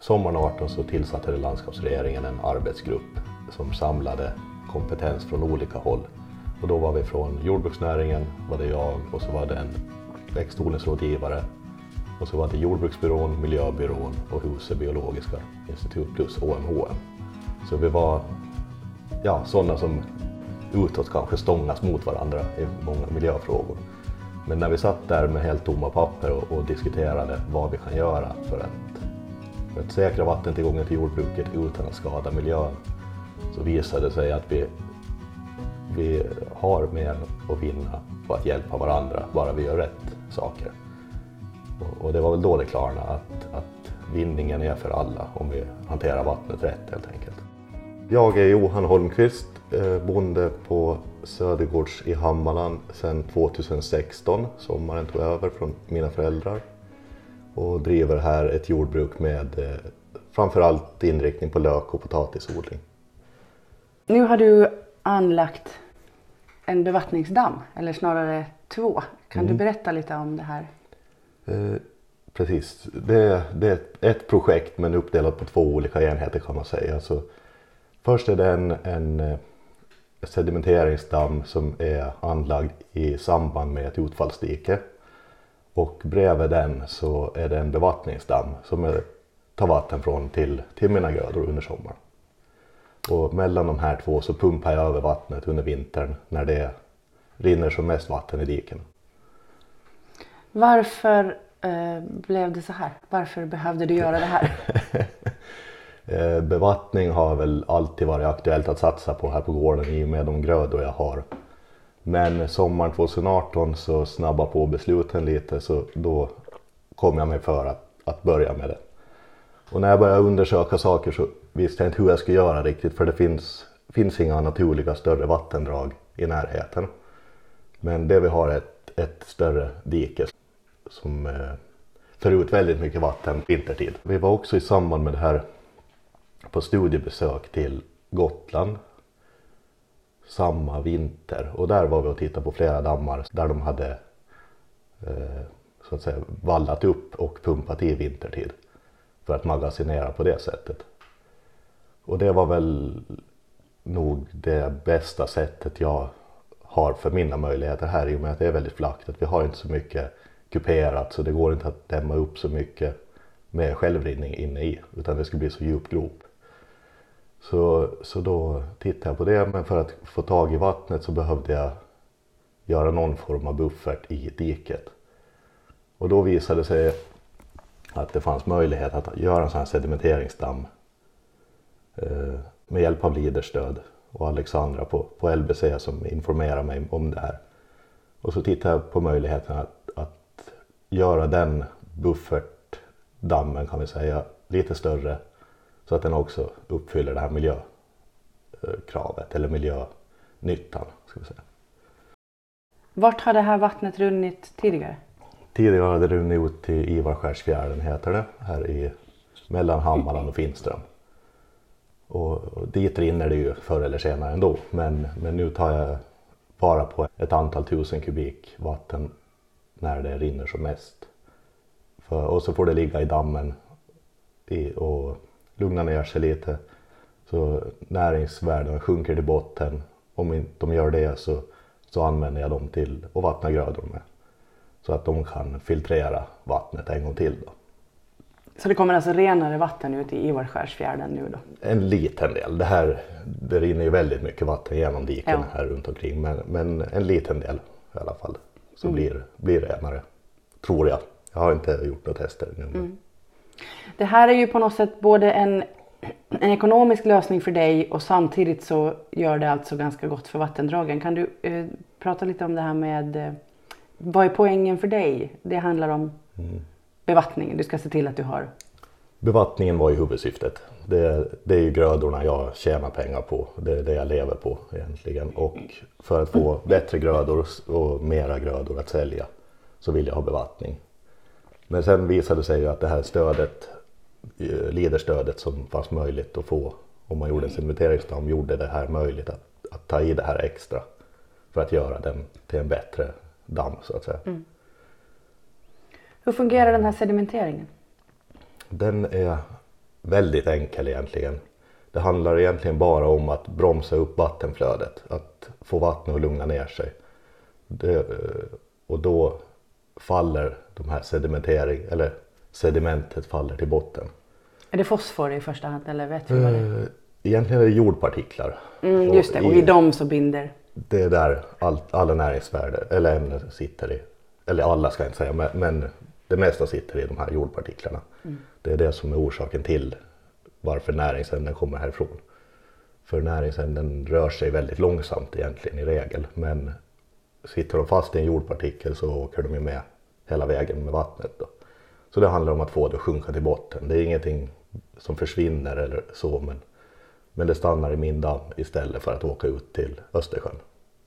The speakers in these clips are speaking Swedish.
sommaren 18 så tillsatte landskapsregeringen en arbetsgrupp som samlade kompetens från olika håll. Och då var vi från jordbruksnäringen, var det jag och så var det en växtodlingsrådgivare. Och så var det jordbruksbyrån, miljöbyrån och Huse biologiska institut plus OMHM. Så vi var sådana som utåt kanske stångas mot varandra i många miljöfrågor. Men när vi satt där med helt tomma papper och diskuterade vad vi kan göra för att säkra vattentillgången till jordbruket utan att skada miljön, så visade det sig att vi har mer att vinna på att hjälpa varandra bara vi gör rätt saker. Och det var väl då det klarnade att vinningen är för alla om vi hanterar vattnet rätt helt enkelt. Jag är Johan Holmqvist, bonde på Södergårds i Hammarland sedan 2016. Sommaren tog över från mina föräldrar och driver här ett jordbruk med framförallt inriktning på lök- och potatisodling. Nu har du anlagt en bevattningsdamm, eller snarare 2. Kan du berätta lite om det här? Precis, det är ett projekt men uppdelat på 2 olika enheter kan man säga. Så först är det en sedimenteringsdamm som är anlagd i samband med ett utfallsdike. Och bredvid den så är det en bevattningsdamm som tar vatten från till mina grödor under sommaren. Och mellan de här 2 så pumpar jag över vattnet under vintern när det rinner som mest vatten i diken. Varför blev det så här? Varför behövde du göra det här? Bevattning har väl alltid varit aktuellt att satsa på här på gården i och med de grödor jag har. Men sommaren 2018 så snabba på besluten lite, så då kom jag mig för att börja med det. Och när jag började undersöka saker så visste jag inte hur jag skulle göra riktigt, för det finns inga naturliga större vattendrag i närheten. Men det vi har är ett större dike som för ut väldigt mycket vatten vintertid. Vi var också i samband med det här på studiebesök till Gotland samma vinter, och där var vi och tittade på flera dammar där de hade så att säga vallat upp och pumpat i vintertid för att magasinera på det sättet. Och det var väl nog det bästa sättet jag har för mina möjligheter här, i och med att det är väldigt flackt. Att vi har inte så mycket kuperat, så det går inte att dämma upp så mycket med självrinning inne i, utan det ska bli så djup grop. Så då tittade jag på det, men för att få tag i vattnet så behövde jag göra någon form av buffert i diket. Och då visade det sig att det fanns möjlighet att göra en sån här sedimenteringsdamm med hjälp av Leaderstöd och Alexandra på LBC som informerade mig om det här. Och så tittade jag på möjligheten att göra den buffertdammen, kan vi säga, lite större, så att den också uppfyller det här miljökravet eller miljönyttan, ska vi säga. Vart har det här vattnet runnit tidigare? Tidigare hade det runnit ut till Ivarskärsfjärden, heter det, här mellan Hammarland och Finström. Och dit rinner det ju förr eller senare ändå, men nu tar jag bara på ett antal tusen kubik vatten när det rinner som mest. Och så får det ligga i dammen och lugna ner sig lite, så näringsvärdena sjunker till botten. Om inte de gör det så använder jag dem till att vattna grödor med, så att de kan filtrera vattnet en gång till då. Så det kommer alltså renare vatten ut i Ivarskärsfjärden nu då? En liten del. Det rinner ju väldigt mycket vatten genom diken här runt omkring, men en liten del i alla fall så blir renare, tror jag. Jag har inte gjort några tester nu. Det här är ju på något sätt både en ekonomisk lösning för dig, och samtidigt så gör det alltså ganska gott för vattendragen. Kan du prata lite om det här med vad är poängen för dig? Det handlar om bevattningen. Du ska se till att du har... Bevattningen var ju huvudsyftet. Det är ju grödorna jag tjänar pengar på. Det är det jag lever på egentligen. Och för att få bättre grödor och mera grödor att sälja så vill jag ha bevattning. Men sen visade det sig ju att det här stödet, Leaderstödet som fanns möjligt att få om man gjorde en sedimenteringsdamm, gjorde det här möjligt att ta i det här extra för att göra den till en bättre damm, så att säga. Hur fungerar den här sedimenteringen? Den är väldigt enkel egentligen. Det handlar egentligen bara om att bromsa upp vattenflödet, att få vattnet att lugna ner sig. Och då faller de här sedimentet faller till botten. Är det fosfor i första hand eller vet du vad det är? Egentligen är det jordpartiklar. Just det, och i dem så binder. Det är där alla näringsvärden eller ämnen sitter i. Eller alla ska jag inte säga, men det mesta sitter i de här jordpartiklarna. Det är det som är orsaken till varför näringsämnen kommer härifrån. För näringsämnen rör sig väldigt långsamt egentligen i regel. Men sitter de fast i en jordpartikel så åker de med hela vägen med vattnet då. Så det handlar om att få det att sjunka till botten. Det är ingenting som försvinner eller så, men det stannar i min damm istället för att åka ut till Östersjön.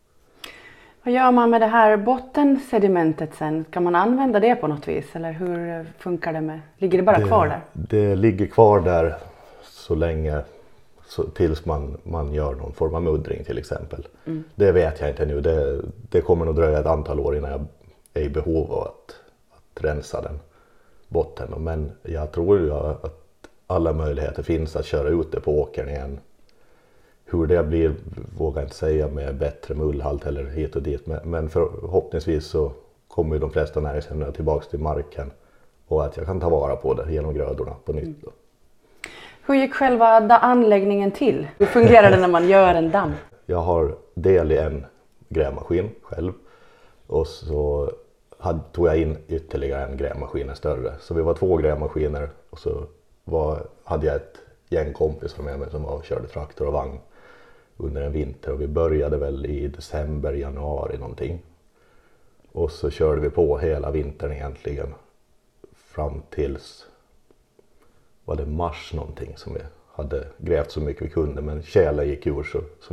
Vad gör man med det här bottensedimentet sen? Kan man använda det på något vis? Eller hur funkar det med? Ligger det bara kvar där? Det ligger kvar där så länge, tills man gör någon form av muddring till exempel. Det vet jag inte nu. Det kommer nog dröja ett antal år innan jag är i behov av att rensa den botten. Men jag tror ju att alla möjligheter finns att köra ut det på åkern igen. Hur det blir vågar jag inte säga med bättre mullhalt eller hit och dit. Men förhoppningsvis så kommer ju de flesta näringsämnen tillbaka till marken. Och att jag kan ta vara på det genom grödorna på nytt. Då. Hur gick själva anläggningen till? Hur fungerar det när man gör en damm? Jag har del i en grävmaskin själv. Och så tog jag in ytterligare en grävmaskin, en större. Så vi var 2 grävmaskiner och så hade jag ett gäng kompisar med mig som körde traktor och vagn under en vinter. Och vi började väl i december, januari någonting. Och så körde vi på hela vintern egentligen. Fram tills var det mars någonting som vi hade grävt så mycket vi kunde. Men tjälen gick ur så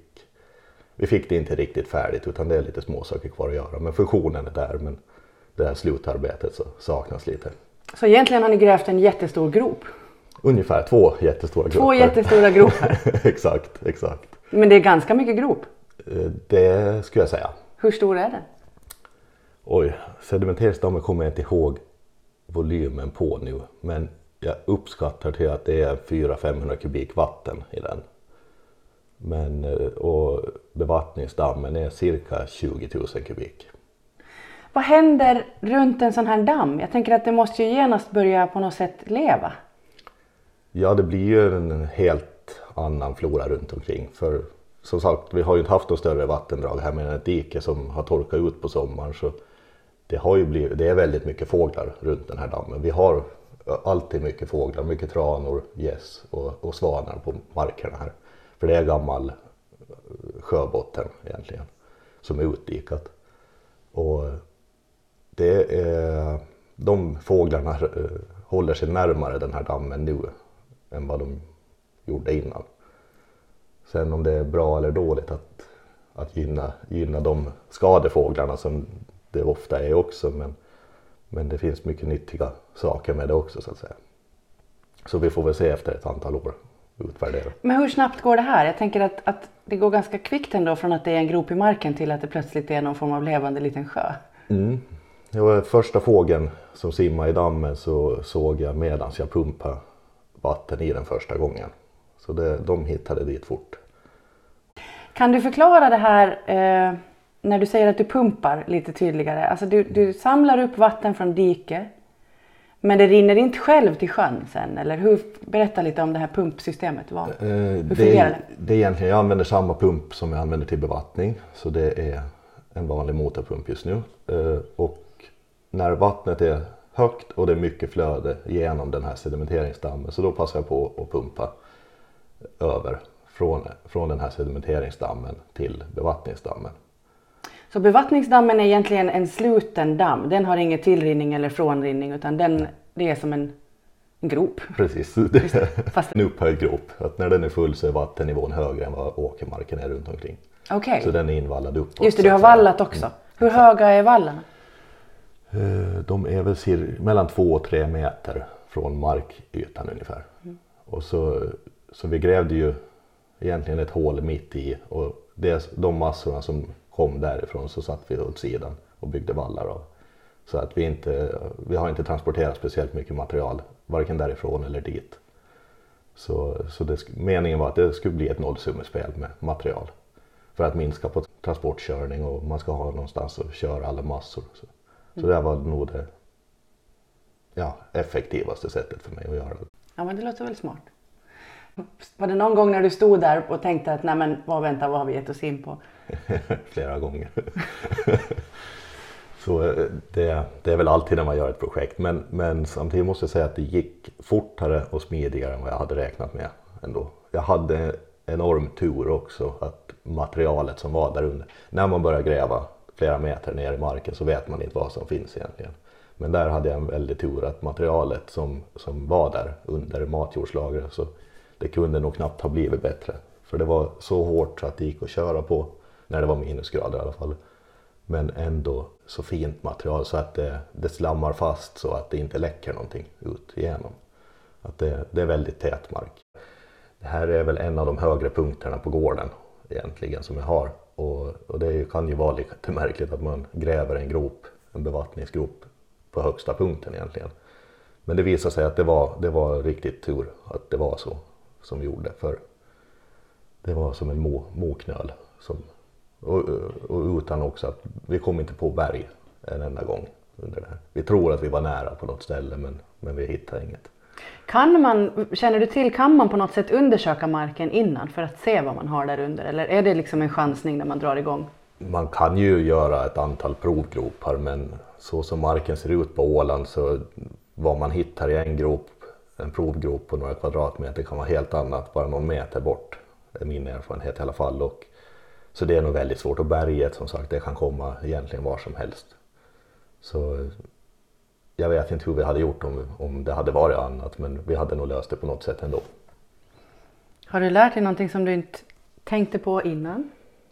vi fick det inte riktigt färdigt, utan det är lite små saker kvar att göra. Men funktionen är där, men det här slutarbetet så saknas lite. Så egentligen har ni grävt en jättestor grop? Ungefär 2 jättestora gropar. 2 jättestora gropar? Exakt. Men det är ganska mycket grop? Det skulle jag säga. Hur stor är den? Oj, sedimenteringsdammen kommer jag inte ihåg volymen på nu. Men jag uppskattar till att det är 400-500 kubik vatten i den. Och bevattningsdammen är cirka 20 000 kubik. Vad händer runt en sån här damm? Jag tänker att det måste ju genast börja på något sätt leva. Ja, det blir ju en helt annan flora runt omkring. För som sagt, vi har ju inte haft något större vattendrag här med ett dike som har torkat ut på sommaren. Så det är väldigt mycket fåglar runt den här dammen. Vi har alltid mycket fåglar, mycket tranor, gäss och svanar på markerna här. För det är gammal sjöbotten egentligen som är utdikat. Och de fåglarna håller sig närmare den här dammen nu än vad de gjorde innan. Sen om det är bra eller dåligt att gynna de skadefåglarna som det ofta är också. Men det finns mycket nyttiga saker med det också så att säga. Så vi får väl se efter ett antal år utvärdera. Men hur snabbt går det här? Jag tänker att det går ganska kvickt ändå från att det är en grop i marken till att det plötsligt är någon form av levande liten sjö. Det var första fågeln som simmade i dammen så såg jag medan jag pumpade vatten i den första gången. Så de hittade dit fort. Kan du förklara det här när du säger att du pumpar lite tydligare? Alltså du samlar upp vatten från diket. Men det rinner inte själv till sjön sen, eller berätta lite om det här pumpsystemet. Hur fungerar det? Det är egentligen, jag använder samma pump som jag använder till bevattning. Så det är en vanlig motorpump just nu. Och när vattnet är högt och det är mycket flöde genom den här sedimenteringsdammen så då passar jag på att pumpa över från den här sedimenteringsdammen till bevattningsdammen. Så bevattningsdammen är egentligen en sluten damm. Den har ingen tillrinning eller frånrinning utan det är som en grop. Precis, en upphöjd grop. Att när den är full så är vattennivån högre än vad åkermarken är runt omkring. Okay. Så den är invallad uppåt. Just det, du har vallat också. Hur höga är vallarna? De är väl mellan 2 och 3 meter från markytan ungefär. Och så vi grävde ju egentligen ett hål mitt i och de massorna som kom därifrån så satt vi åt sidan och byggde vallar av. Så att vi har inte transporterat speciellt mycket material, varken därifrån eller dit. Så meningen var att det skulle bli ett nollsummespel med material. För att minska på transportkörning och man ska ha någonstans att köra alla massor. Så det var nog det effektivaste sättet för mig att göra det. Ja, men det låter väl smart. Var det någon gång när du stod där och tänkte att nej men vad har vi gett oss in på? Flera gånger. Så det är väl alltid när man gör ett projekt. Men samtidigt måste jag säga att det gick fortare och smidigare än vad jag hade räknat med ändå. Jag hade enorm tur också att materialet som var där under. När man börjar gräva flera meter ner i marken så vet man inte vad som finns egentligen. Men där hade jag en väldigt tur att materialet som var där under matjordslagret, så det kunde nog knappt ha blivit bättre. För det var så hårt så att det gick att köra på när det var minusgrader i alla fall. Men ändå så fint material så att det slammar fast så att det inte läcker någonting ut igenom. Att det är väldigt tät mark. Det här är väl en av de högre punkterna på gården egentligen som jag har. Och det kan ju vara lite märkligt att man gräver en bevattningsgrop på högsta punkten egentligen. Men det visar sig att det var riktigt tur att det var så som gjorde. För det var som en moknöl. Och utan också att vi kom inte på berg en enda gång under det här. Vi tror att vi var nära på något ställe men vi hittade inget. Känner du till, kan man på något sätt undersöka marken innan för att se vad man har där under? Eller är det liksom en chansning när man drar igång? Man kan ju göra ett antal provgropar, men så som marken ser ut på Åland så vad man hittar i en provgrop på några kvadratmeter kan vara helt annat bara någon meter bort. Det är min erfarenhet i alla fall. Så det är nog väldigt svårt, och berget som sagt det kan komma egentligen var som helst. Så jag vet inte hur vi hade gjort om det hade varit annat, men vi hade nog löst det på något sätt ändå. Har du lärt dig någonting som du inte tänkte på innan?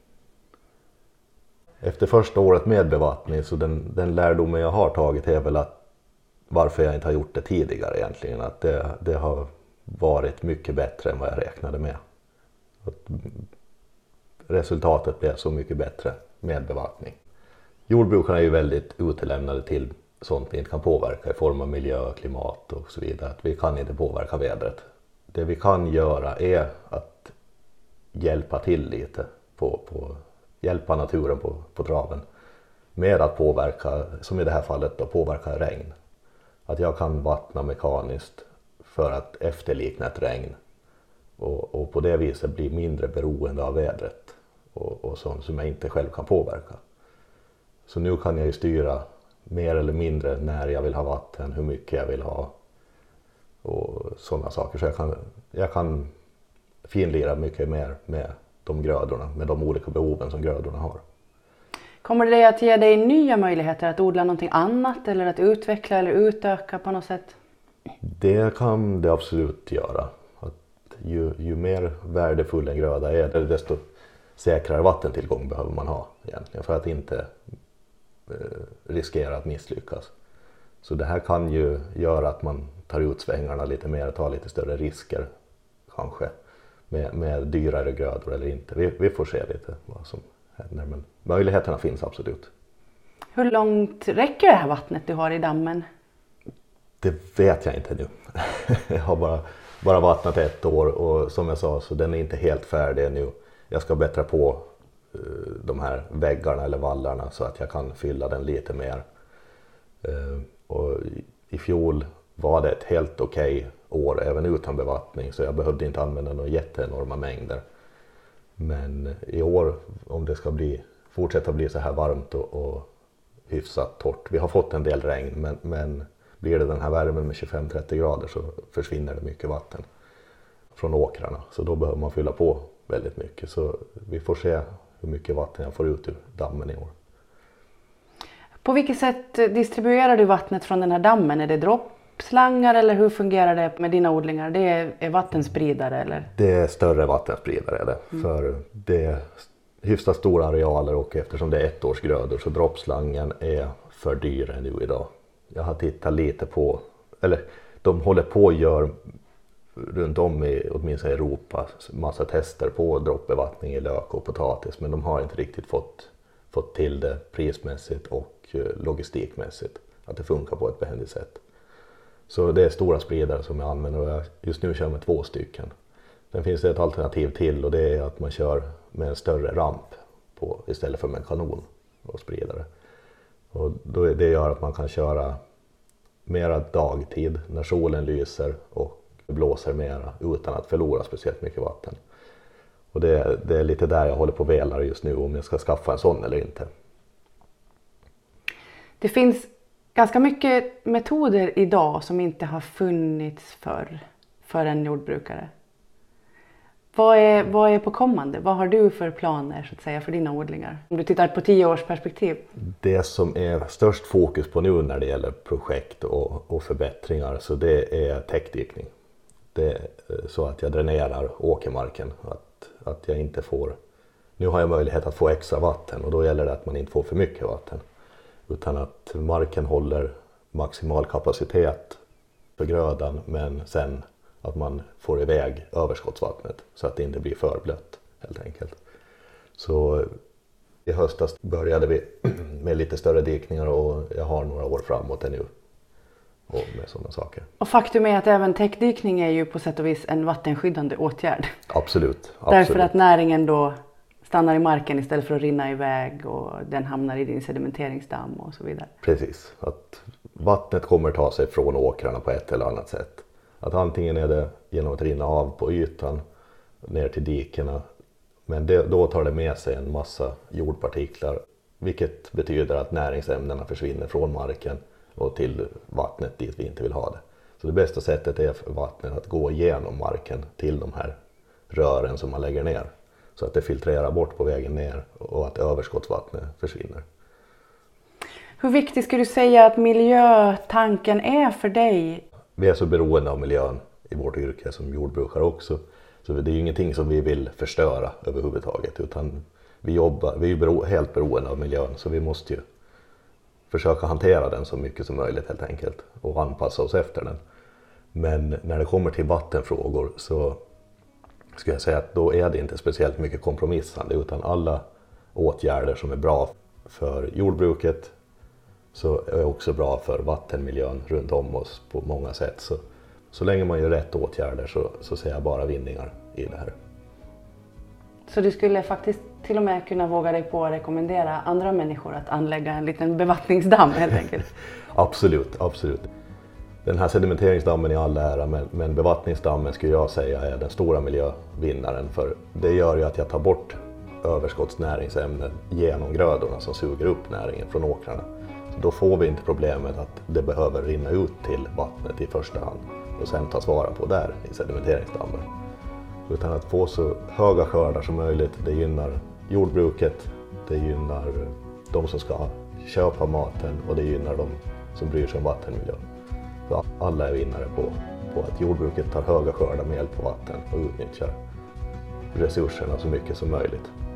Efter första året med bevattning så den lärdomen jag har tagit är väl att varför jag inte har gjort det tidigare egentligen. Att det har varit mycket bättre än vad jag räknade med. Att resultatet blev så mycket bättre med bevattning. Jordbrukarna är ju väldigt utelämnade till sånt vi inte kan påverka i form av miljö, klimat och så vidare. Att vi kan inte påverka vädret. Det vi kan göra är att hjälpa till lite hjälpa naturen på traven med att påverka, som i det här fallet då, påverka regn. Att jag kan vattna mekaniskt för att efterlikna ett regn och på det viset bli mindre beroende av vädret och sånt som jag inte själv kan påverka. Så nu kan jag ju styra mer eller mindre när jag vill ha vatten, hur mycket jag vill ha och sådana saker. Så jag kan finlira mycket mer med de grödorna, med de olika behoven som grödorna har. Kommer det att ge dig nya möjligheter att odla någonting annat eller att utveckla eller utöka på något sätt? Det kan det absolut göra. Att ju mer värdefull en gröda är, desto säkrare vattentillgång behöver man ha egentligen för att inte riskera att misslyckas. Så det här kan ju göra att man tar ut svängarna lite mer och tar lite större risker kanske med dyrare grödor eller inte. Vi får se lite vad som händer, men möjligheterna finns absolut. Hur långt räcker det här vattnet du har i dammen? Det vet jag inte nu. Jag har bara vattnat ett år och som jag sa så den är inte helt färdig nu. Jag ska bättra på de här väggarna eller vallarna så att jag kan fylla den lite mer. Och i fjol var det ett helt okej år även utan bevattning så jag behövde inte använda några jätteenorma mängder. Men i år, om det ska fortsätta bli så här varmt och hyfsat torrt. Vi har fått en del regn men blir det den här värmen med 25-30 grader så försvinner det mycket vatten från åkrarna. Så då behöver man fylla på väldigt mycket. Så vi får se hur mycket vatten jag får ut ur dammen i år. På vilket sätt distribuerar du vattnet från den här dammen? Är det droppslangar eller hur fungerar det med dina odlingar? Det är vattenspridare eller? Det är större vattenspridare är det. För det är hyfsat stora arealer och eftersom det är ettårsgrödor så droppslangen är för dyr nu idag. Jag har tittat lite på, eller de håller på att göra runt om i åtminstone Europa massa tester på droppbevattning i lök och potatis men de har inte riktigt fått till det prismässigt och logistikmässigt att det funkar på ett behändigt sätt. Så det är stora spridare som jag använder och just nu kör jag med 2 stycken. Sen finns det ett alternativ till och det är att man kör med en större ramp på, istället för med en kanon och spridare. Och det gör att man kan köra mera dagtid när solen lyser och blåser mera utan att förlora speciellt mycket vatten. Och det är lite där jag håller på och velar just nu om jag ska skaffa en sån eller inte. Det finns ganska mycket metoder idag som inte har funnits för en jordbrukare. Vad är på kommande? Vad har du för planer så att säga för dina odlingar? Om du tittar på 10 års perspektiv. Det som är störst fokus på nu när det gäller projekt och förbättringar så det är täckdikning. Det är så att jag dränerar åkermarken. Att jag inte får... Nu har jag möjlighet att få extra vatten och då gäller det att man inte får för mycket vatten. Utan att marken håller maximal kapacitet för grödan men sen att man får iväg överskottsvattnet så att det inte blir för blött helt enkelt. Så i höstas började vi med lite större dikningar och jag har några år framåt ännu och med sådana saker. Och faktum är att även täckdikning är ju på sätt och vis en vattenskyddande åtgärd. Absolut. Därför att näringen då stannar i marken istället för att rinna iväg och den hamnar i din sedimenteringsdamm och så vidare. Precis, att vattnet kommer ta sig från åkrarna på ett eller annat sätt. Att antingen är det genom att rinna av på ytan ner till dikerna, men då tar det med sig en massa jordpartiklar, vilket betyder att näringsämnena försvinner från marken och till vattnet dit vi inte vill ha det. Så det bästa sättet är för vattnet att gå igenom marken till de här rören som man lägger ner. Så att det filtrerar bort på vägen ner och att överskottsvattnet försvinner. Hur viktigt skulle du säga att miljötanken är för dig? Vi är så beroende av miljön i vårt yrke som jordbrukare också. Så det är ju ingenting som vi vill förstöra överhuvudtaget. Utan vi är helt beroende av miljön så vi måste ju försöka hantera den så mycket som möjligt helt enkelt. Och anpassa oss efter den. Men när det kommer till vattenfrågor så skulle jag säga att då är det inte speciellt mycket kompromissande. Utan alla åtgärder som är bra för jordbruket så är också bra för vattenmiljön runt om oss på många sätt. Så länge man gör rätt åtgärder så ser jag bara vinningar i det här. Så du skulle faktiskt till och med kunna våga dig på att rekommendera andra människor att anlägga en liten bevattningsdamm helt enkelt? Absolut, absolut. Den här sedimenteringsdammen är all ära, men bevattningsdammen skulle jag säga är den stora miljövinnaren. För det gör ju att jag tar bort överskottsnäringsämnen genom grödorna som suger upp näringen från åkrarna. Då får vi inte problemet att det behöver rinna ut till vattnet i första hand och sen tas vara på där i sedimenteringsdammen. Utan att få så höga skördar som möjligt, det gynnar jordbruket, det gynnar de som ska köpa maten och det gynnar de som bryr sig om vattenmiljön. Så alla är vinnare på att jordbruket tar höga skördar med hjälp av vatten och utnyttjar resurserna så mycket som möjligt.